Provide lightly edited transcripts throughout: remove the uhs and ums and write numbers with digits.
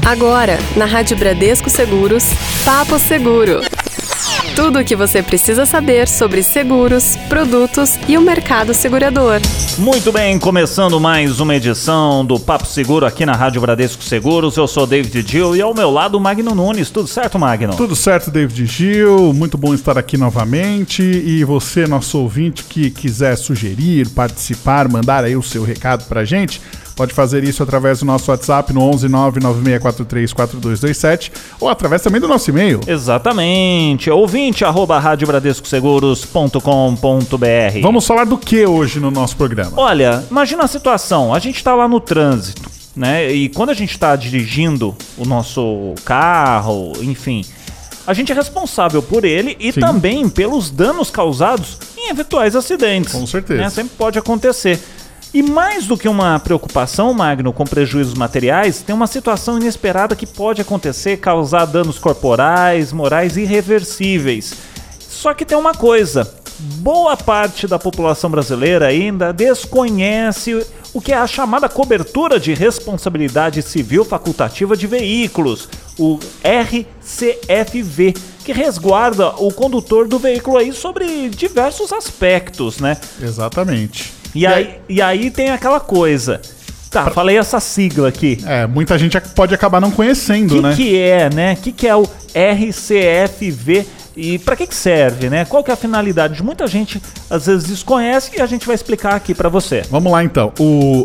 Agora, na Rádio Bradesco Seguros, Papo Seguro. Tudo o que você precisa saber sobre seguros, produtos e o mercado segurador. Muito bem, começando mais uma edição do Papo Seguro aqui na Rádio Bradesco Seguros. Eu sou David Gil e ao meu lado o Magno Nunes. Tudo certo, Magno? Tudo certo, David Gil. Muito bom estar aqui novamente. E você, nosso ouvinte, que quiser sugerir, participar, mandar aí o seu recado pra gente, pode fazer isso através do nosso WhatsApp no 11996434227 ou através também do nosso e-mail. Exatamente, ouvinte@radiobradescoseguros.com.br. Vamos falar do que hoje no nosso programa? Olha, imagina a situação, a gente está lá no trânsito, né? E quando a gente está dirigindo o nosso carro, enfim, a gente é responsável por ele e Sim. também pelos danos causados em eventuais acidentes. Com certeza. Né? Sempre pode acontecer. E mais do que uma preocupação, Magno, com prejuízos materiais, tem uma situação inesperada que pode acontecer, causar danos corporais, morais irreversíveis. Só que tem uma coisa, boa parte da população brasileira ainda desconhece o que é a chamada cobertura de responsabilidade civil facultativa de veículos, o RCFV, que resguarda o condutor do veículo aí sobre diversos aspectos, né? Exatamente. E aí tem aquela coisa. Tá, falei essa sigla aqui. Muita gente pode acabar não conhecendo, né? O que é, né? O que é o RCFV e para que serve, né? Qual que é a finalidade? Muita gente às vezes desconhece e a gente vai explicar aqui para você. Vamos lá então. O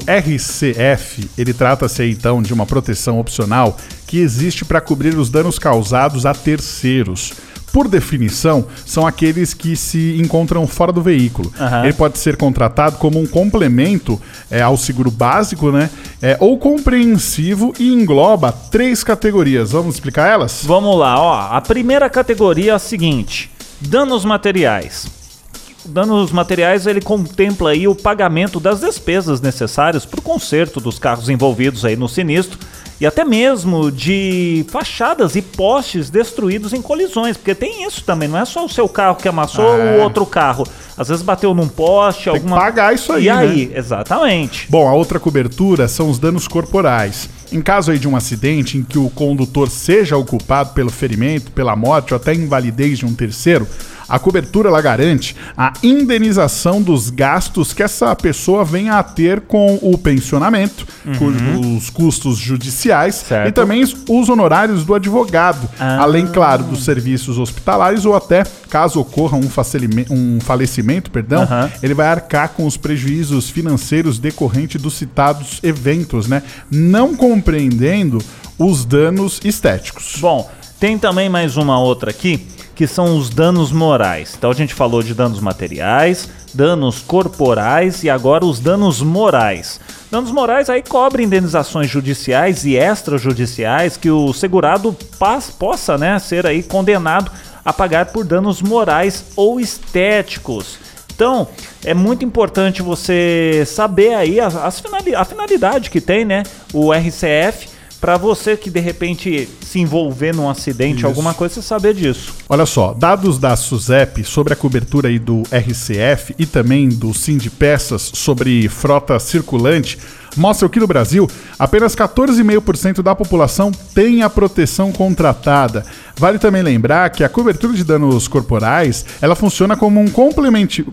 RCF, ele trata-se aí, então de uma proteção opcional que existe para cobrir os danos causados a terceiros. Por definição, são aqueles que se encontram fora do veículo. Uhum. Ele pode ser contratado como um complemento ao seguro básico, né? Ou compreensivo e engloba 3 categorias. Vamos explicar elas? Vamos lá, ó. A primeira categoria é a seguinte: danos materiais. Danos materiais, ele contempla aí o pagamento das despesas necessárias para o conserto dos carros envolvidos aí no sinistro e até mesmo de fachadas e postes destruídos em colisões, porque tem isso também, não é só o seu carro que amassou ou outro carro. Às vezes bateu num poste, tem que pagar isso aí, e aí, né? Exatamente. Bom, a outra cobertura são os danos corporais. Em caso aí de um acidente em que o condutor seja o culpado pelo ferimento, pela morte ou até invalidez de um terceiro, a cobertura ela garante a indenização dos gastos que essa pessoa venha a ter com o pensionamento, com os custos judiciais, certo, e também os honorários do advogado, além, claro, dos serviços hospitalares ou até, caso ocorra um falecimento, ele vai arcar com os prejuízos financeiros decorrentes dos citados eventos, né? Não compreendendo os danos estéticos. Bom, tem também mais uma outra aqui, que são os danos morais. Então a gente falou de danos materiais, danos corporais e agora os danos morais. Danos morais aí cobrem indenizações judiciais e extrajudiciais que o segurado possa, né, ser aí condenado a pagar por danos morais ou estéticos. Então, é muito importante você saber aí a finalidade que tem, né, o RCF, para você que de repente se envolver num acidente, alguma coisa, você saber disso. Olha só, dados da SUSEP sobre a cobertura aí do RCF e também do Sindipeças sobre frota circulante mostram que no Brasil apenas 14,5% da população tem a proteção contratada. Vale também lembrar que a cobertura de danos corporais ela funciona como um complemento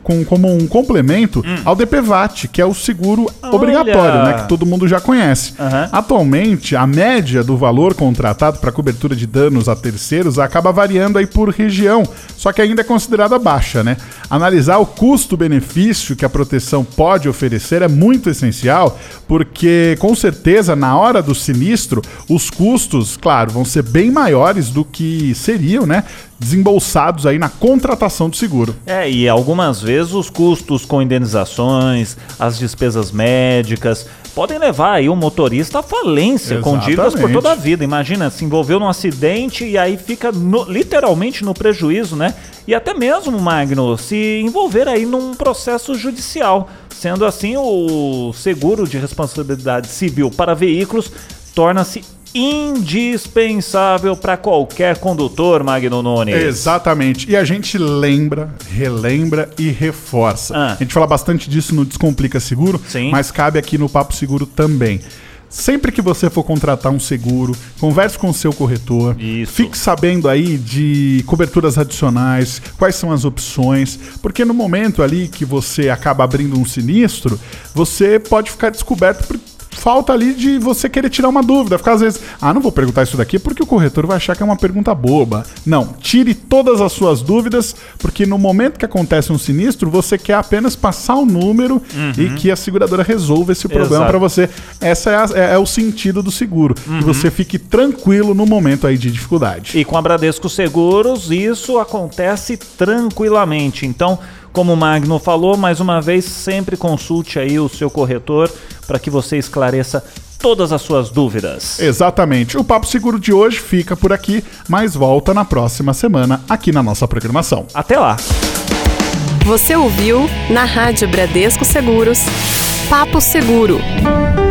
ao DPVAT, que é o seguro obrigatório, né, que todo mundo já conhece. Atualmente, a média do valor contratado para cobertura de danos a terceiros acaba variando aí por região, só que ainda é considerada baixa, né? Analisar o custo-benefício que a proteção pode oferecer é muito essencial, porque com certeza na hora do sinistro os custos, claro, vão ser bem maiores do que seriam, né, desembolsados aí na contratação do seguro. E algumas vezes os custos com indenizações, as despesas médicas podem levar aí o motorista à falência, com dívidas por toda a vida. Imagina, se envolveu num acidente e aí fica literalmente no prejuízo, né? E até mesmo, Magno, se envolver aí num processo judicial. Sendo assim, o seguro de responsabilidade civil para veículos torna-se indispensável para qualquer condutor, Magno Nunes. Exatamente. E a gente lembra, relembra e reforça. A gente fala bastante disso no Descomplica Seguro, mas cabe aqui no Papo Seguro também. Sempre que você for contratar um seguro, converse com o seu corretor. Isso. Fique sabendo aí de coberturas adicionais, quais são as opções, porque no momento ali que você acaba abrindo um sinistro, você pode ficar descoberto por falta ali de você querer tirar uma dúvida, ficar às vezes, não vou perguntar isso daqui porque o corretor vai achar que é uma pergunta boba. Não, tire todas as suas dúvidas, porque no momento que acontece um sinistro, você quer apenas passar o número e que a seguradora resolva esse problema para você. Essa é o sentido do seguro, que você fique tranquilo no momento aí de dificuldade. E com a Bradesco Seguros, isso acontece tranquilamente. Então, como o Magno falou, mais uma vez, sempre consulte aí o seu corretor para que você esclareça todas as suas dúvidas. Exatamente. O Papo Seguro de hoje fica por aqui, mas volta na próxima semana aqui na nossa programação. Até lá! Você ouviu na Rádio Bradesco Seguros, Papo Seguro.